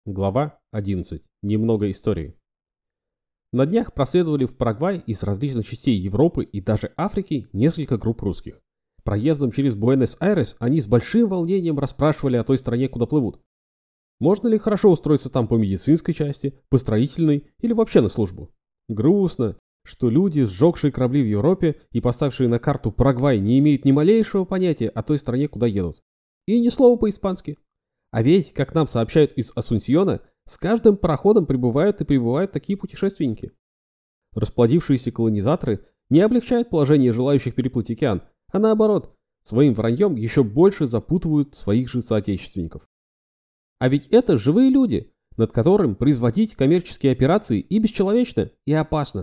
Глава 11. Немного истории. На днях проследовали в Парагвай из различных частей Европы и даже Африки несколько групп русских. Проездом через Буэнос-Айрес они с большим волнением расспрашивали о той стране, куда плывут. Можно ли хорошо устроиться там по медицинской части, по строительной или вообще на службу? Грустно, что люди, сжегшие корабли в Европе и поставившие на карту Парагвай, не имеют ни малейшего понятия о той стране, куда едут. И ни слова по-испански. А ведь, как нам сообщают из Асунсьона, с каждым пароходом прибывают и прибывают такие путешественники. Расплодившиеся колонизаторы не облегчают положение желающих переплыть океан, а наоборот, своим враньем еще больше запутывают своих же соотечественников. А ведь это живые люди, над которым производить коммерческие операции и бесчеловечно, и опасно.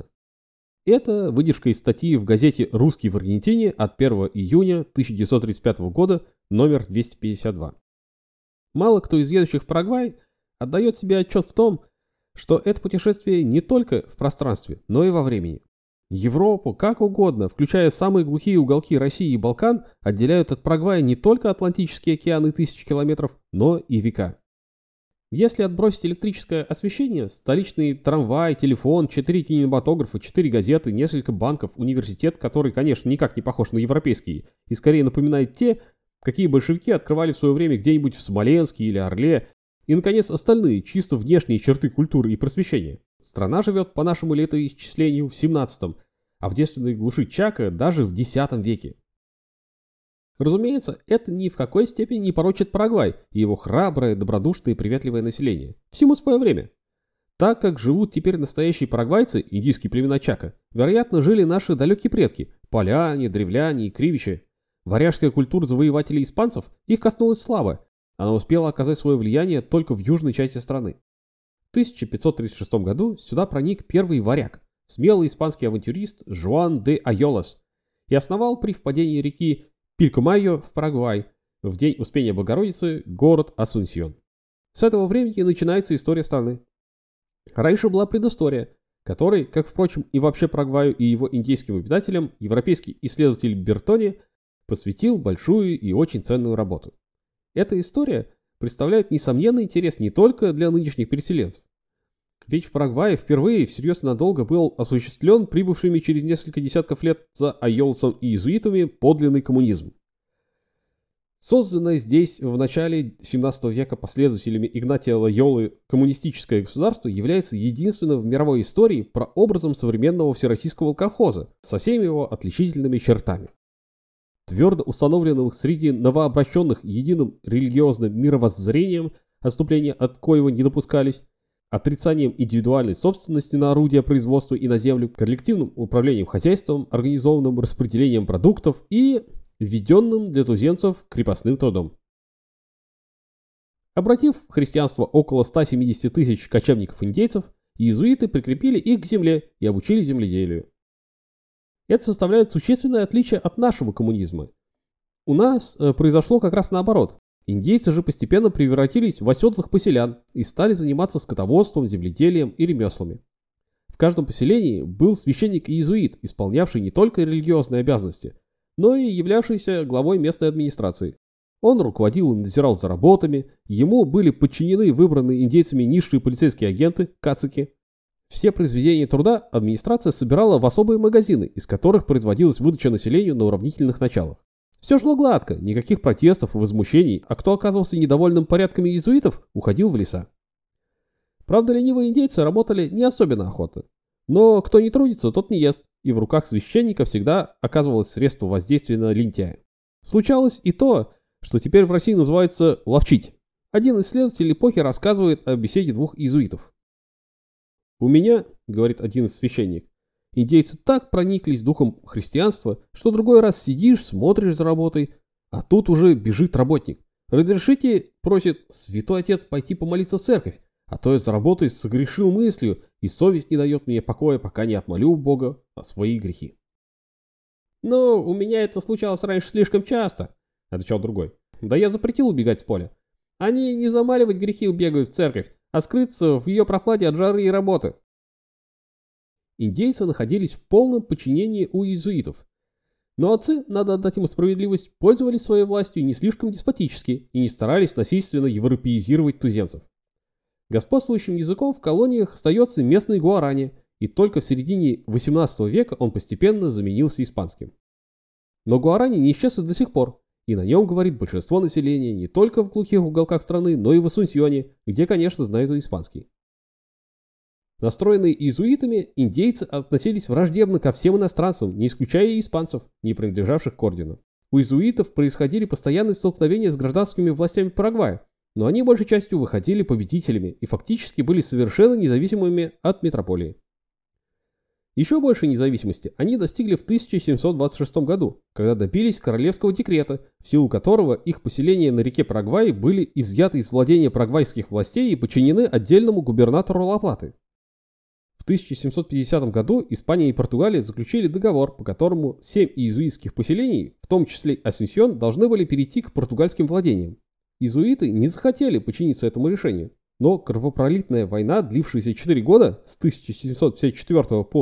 Это выдержка из статьи в газете «Русский в Аргентине» от 1 июня 1935 года, номер 252. Мало кто из едущих в Парагвай отдает себе отчет в том, что это путешествие не только в пространстве, но и во времени. Европу, как угодно, включая самые глухие уголки России и Балкан, отделяют от Парагвая не только Атлантический океан и тысячи километров, но и века. Если отбросить электрическое освещение, столичный трамвай, телефон, 4 кинематографа, 4 газеты, несколько банков, университет, который, конечно, никак не похож на европейский и скорее напоминает те, какие большевики открывали в свое время где-нибудь в Смоленске или Орле, и, наконец, остальные, чисто внешние черты культуры и просвещения. Страна живет по нашему летоисчислению в 17-м, а в девственной глуши Чака даже в 10 веке. Разумеется, это ни в какой степени не порочит Парагвай и его храброе, добродушное и приветливое население. Всему свое время. Так как живут теперь настоящие парагвайцы, индийские племена Чака, вероятно, жили наши далекие предки – поляне, древляне и кривичи. Варяжская культура завоевателей испанцев их коснулась слабо, она успела оказать свое влияние только в южной части страны. В 1536 году сюда проник первый варяг, смелый испанский авантюрист Жуан де Айолас, и основал при впадении реки Пилькомайо в Парагвай в день Успения Богородицы город Асунсьон. С этого времени начинается история страны. Раньше была предыстория, которой, как, впрочем, и вообще Парагваю и его индейским обитателям, европейский исследователь Бертони посвятил большую и очень ценную работу. Эта история представляет несомненный интерес не только для нынешних переселенцев. Ведь в Парагвае впервые всерьез и надолго был осуществлен прибывшими через несколько десятков лет за Айолсом и иезуитами подлинный коммунизм. Созданное здесь в начале 17 века последователями Игнатия Лойолы коммунистическое государство является единственным в мировой истории прообразом современного всероссийского колхоза со всеми его отличительными чертами. Твердо установленным среди новообращенных единым религиозным мировоззрением, отступления от коего не допускались, отрицанием индивидуальной собственности на орудия производства и на землю, коллективным управлением хозяйством, организованным распределением продуктов и введенным для туземцев крепостным трудом. Обратив в христианство около 170 тысяч кочевников-индейцев, иезуиты прикрепили их к земле и обучили земледелию. Это составляет существенное отличие от нашего коммунизма. У нас произошло как раз наоборот. Индейцы же постепенно превратились в оседлых поселян и стали заниматься скотоводством, земледелием и ремеслами. В каждом поселении был священник-иезуит, исполнявший не только религиозные обязанности, но и являвшийся главой местной администрации. Он руководил и надзирал за работами, ему были подчинены выбранные индейцами низшие полицейские агенты, кацики. Все произведения труда администрация собирала в особые магазины, из которых производилась выдача населению на уравнительных началах. Все шло гладко, никаких протестов и возмущений, а кто оказывался недовольным порядками иезуитов, уходил в леса. Правда, ленивые индейцы работали не особенно охотно. Но кто не трудится, тот не ест, и в руках священника всегда оказывалось средство воздействия на лентяя. Случалось и то, что теперь в России называется «ловчить». Один исследователь эпохи рассказывает о беседе двух иезуитов. «У меня, — говорит один из священник, — индейцы так прониклись духом христианства, что другой раз сидишь, смотришь за работой, а тут уже бежит работник. Разрешите, — просит, — святой отец пойти помолиться в церковь, а то я за работой согрешил мыслью, и совесть не дает мне покоя, пока не отмолю у Бога о свои грехи». «Но у меня это случалось раньше слишком часто, — отвечал другой. — Да я запретил убегать с поля. Они не замаливать грехи убегают в церковь, а скрыться в ее прохладе от жары и работы». Индейцы находились в полном подчинении у иезуитов. Но отцы, надо отдать ему справедливость, пользовались своей властью не слишком деспотически и не старались насильственно европеизировать туземцев. Господствующим языком в колониях остается местный гуарани, и только в середине XVIII века он постепенно заменился испанским. Но гуарани не исчез и до сих пор, и на нем говорит большинство населения не только в глухих уголках страны, но и в Асунсьоне, где, конечно, знают и испанский. Настроенные иезуитами, индейцы относились враждебно ко всем иностранцам, не исключая и испанцев, не принадлежавших к ордену. У иезуитов происходили постоянные столкновения с гражданскими властями Парагвая, но они большей частью выходили победителями и фактически были совершенно независимыми от метрополии. Еще большей независимости они достигли в 1726 году, когда добились королевского декрета, в силу которого их поселения на реке Парагвай были изъяты из владения парагвайских властей и подчинены отдельному губернатору Ла-Платы. В 1750 году Испания и Португалия заключили договор, по которому 7 иезуитских поселений, в том числе Асунсьон, должны были перейти к португальским владениям. Иезуиты не захотели подчиниться этому решению, но кровопролитная война, длившаяся 4 года, с 1754 по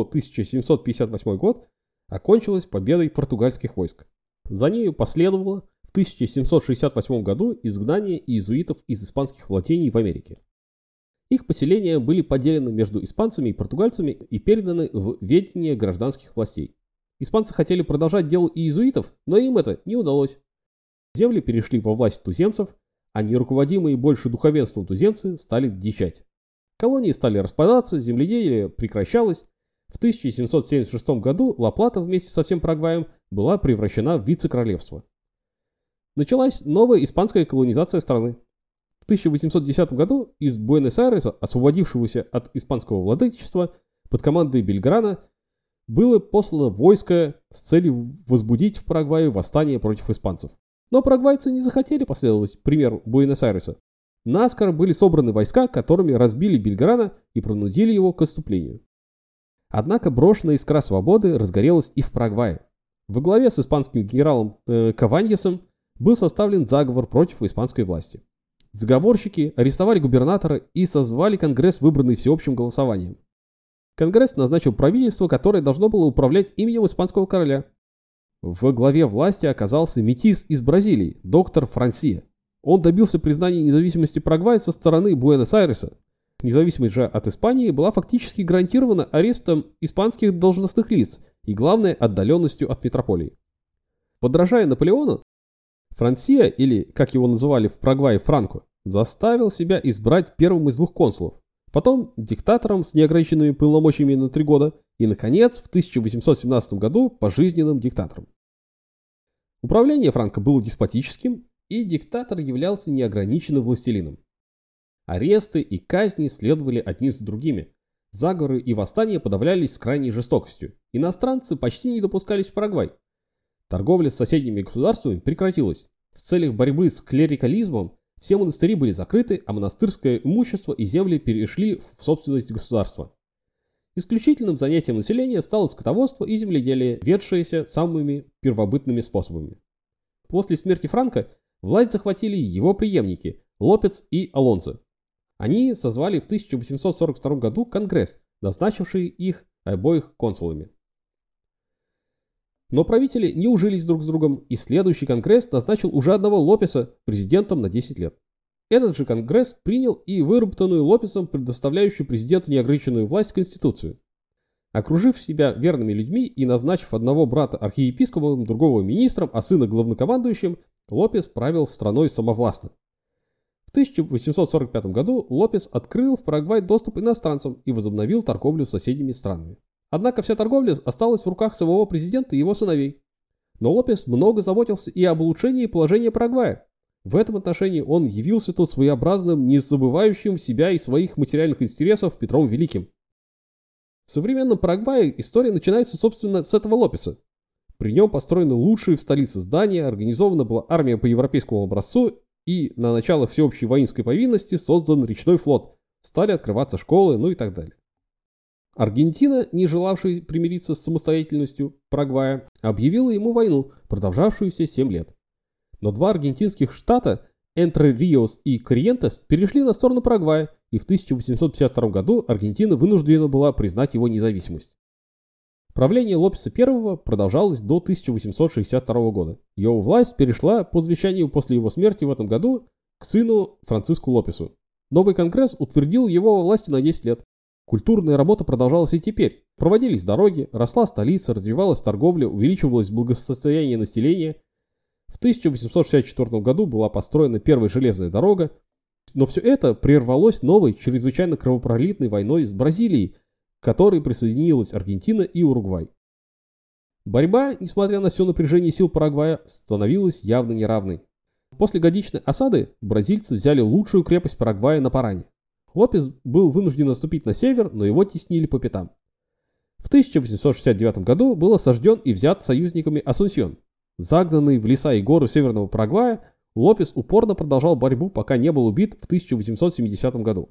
1758 год, окончилась победой португальских войск. За нею последовало в 1768 году изгнание иезуитов из испанских владений в Америке. Их поселения были поделены между испанцами и португальцами и переданы в ведение гражданских властей. Испанцы хотели продолжать дело иезуитов, но им это не удалось. Земли перешли во власть туземцев, а неруководимые больше духовенством туземцы стали дичать. Колонии стали распадаться, земледелие прекращалось. В 1776 году Ла-Плата вместе со всем Парагваем была превращена в вице-королевство. Началась новая испанская колонизация страны. В 1810 году из Буэнос-Айреса, освободившегося от испанского владычества, под командой Бельграна, было послано войско с целью возбудить в Парагвае восстание против испанцев. Но парагвайцы не захотели последовать примеру Буэнос-Айреса. Наскоро были собраны войска, которыми разбили Бельграна и принудили его к отступлению. Однако брошенная искра свободы разгорелась и в Парагвае. Во главе с испанским генералом Каваньесом был составлен заговор против испанской власти. Заговорщики арестовали губернатора и созвали конгресс, выбранный всеобщим голосованием. Конгресс назначил правительство, которое должно было управлять именем испанского короля. Во главе власти оказался метис из Бразилии, доктор Франсия. Он добился признания независимости Парагвая со стороны Буэнос-Айреса. Независимость же от Испании была фактически гарантирована арестом испанских должностных лиц и, главное, отдаленностью от метрополии. Подражая Наполеону, Франсия, или, как его называли в Парагвае, Франко, заставил себя избрать первым из 2 консулов, потом диктатором с неограниченными полномочиями на 3 года и, наконец, в 1817 году пожизненным диктатором. Управление Франко было деспотическим, и диктатор являлся неограниченным властелином. Аресты и казни следовали одни за другими. Заговоры и восстания подавлялись с крайней жестокостью. Иностранцы почти не допускались в Парагвай. Торговля с соседними государствами прекратилась. В целях борьбы с клерикализмом все монастыри были закрыты, а монастырское имущество и земли перешли в собственность государства. Исключительным занятием населения стало скотоводство и земледелие, ведшиеся самыми первобытными способами. После смерти Франко власть захватили его преемники Лопец и Алонсо. Они созвали в 1842 году конгресс, назначивший их обоих консулами. Но правители не ужились друг с другом, и следующий конгресс назначил уже одного Лопеса президентом на 10 лет. Этот же конгресс принял и выработанную Лопесом, предоставляющую президенту неограниченную власть, конституцию. Окружив себя верными людьми и назначив одного брата архиепископом, другого министром, а сына главнокомандующим, Лопес правил страной самовластно. В 1845 году Лопес открыл в Парагвай доступ иностранцам и возобновил торговлю с соседними странами. Однако вся торговля осталась в руках самого президента и его сыновей. Но Лопес много заботился и об улучшении положения Парагвая. В этом отношении он явился тут своеобразным, не забывающим себя и своих материальных интересов Петром Великим. В современном Парагвае история начинается, собственно, с этого Лопеса. При нем построены лучшие в столице здания, организована была армия по европейскому образцу, и на начало всеобщей воинской повинности создан речной флот, стали открываться школы, ну и так далее. Аргентина, не желавшая примириться с самостоятельностью Парагвая, объявила ему войну, продолжавшуюся 7 лет. Но 2 аргентинских штата, Энтре-Риос и Корриентес, перешли на сторону Парагвая, и в 1852 году Аргентина вынуждена была признать его независимость. Правление Лопеса I продолжалось до 1862 года. Его власть перешла по завещанию после его смерти в этом году к сыну Франциску Лопесу. Новый конгресс утвердил его во власти на 10 лет. Культурная работа продолжалась и теперь. Проводились дороги, росла столица, развивалась торговля, увеличивалось благосостояние населения. В 1864 году была построена первая железная дорога, но все это прервалось новой, чрезвычайно кровопролитной войной с Бразилией, к которой присоединилась Аргентина и Уругвай. Борьба, несмотря на все напряжение сил Парагвая, становилась явно неравной. После годичной осады бразильцы взяли лучшую крепость Парагвая на Паране. Лопес был вынужден отступить на север, но его теснили по пятам. В 1869 году был осажден и взят союзниками Асунсьон. Загнанный в леса и горы северного Парагвая, Лопес упорно продолжал борьбу, пока не был убит в 1870 году.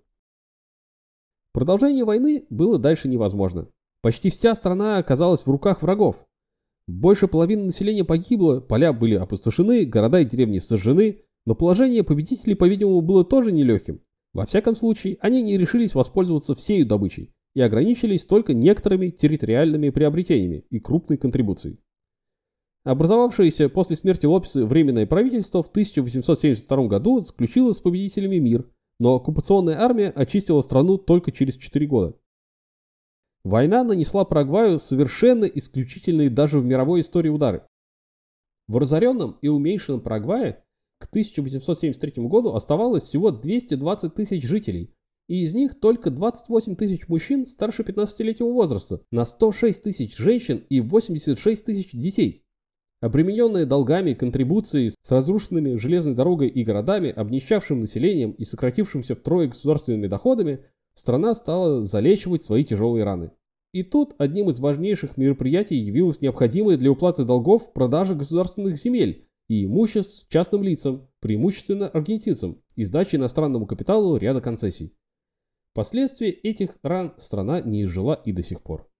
Продолжение войны было дальше невозможно. Почти вся страна оказалась в руках врагов. Больше половины населения погибло, поля были опустошены, города и деревни сожжены, но положение победителей, по-видимому, было тоже нелегким. Во всяком случае, они не решились воспользоваться всею добычей и ограничились только некоторыми территориальными приобретениями и крупной контрибуцией. Образовавшееся после смерти Лопеса Временное правительство в 1872 году заключило с победителями мир, но оккупационная армия очистила страну только через 4 года. Война нанесла Парагваю совершенно исключительные даже в мировой истории удары. В разоренном и уменьшенном Парагвае к 1873 году оставалось всего 220 тысяч жителей, и из них только 28 тысяч мужчин старше 15-летнего возраста, на 106 тысяч женщин и 86 тысяч детей. Обремененная долгами, контрибуцией с разрушенными железной дорогой и городами, обнищавшим населением и сократившимся втрое государственными доходами, страна стала залечивать свои тяжелые раны. И тут одним из важнейших мероприятий явилась необходимая для уплаты долгов продажа государственных земель и имуществ частным лицам, преимущественно аргентинцам, и сдача иностранному капиталу ряда концессий. Последствия этих ран страна не изжила и до сих пор.